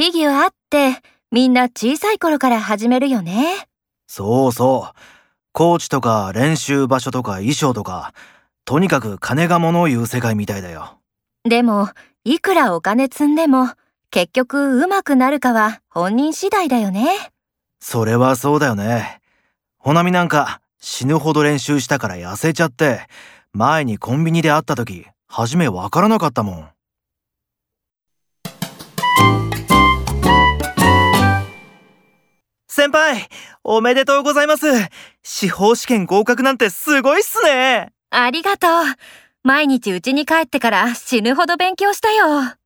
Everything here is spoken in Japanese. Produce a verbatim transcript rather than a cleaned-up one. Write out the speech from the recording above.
フィギュアってみんな小さい頃から始めるよね。 そうそう。コーチとか練習場所とか衣装とか、とにかく金が物を言う世界みたいだよ。 でも、いくらお金積んでも、結局上手くなるかは本人次第だよね。 それはそうだよね。ほなみなんか死ぬほど練習したから痩せちゃって、前にコンビニで会った時、初めわからなかったもん。 先輩、おめでとうございます。司法試験合格なんてすごいっすね。 ありがとう。毎日家に帰ってから死ぬほど勉強したよ。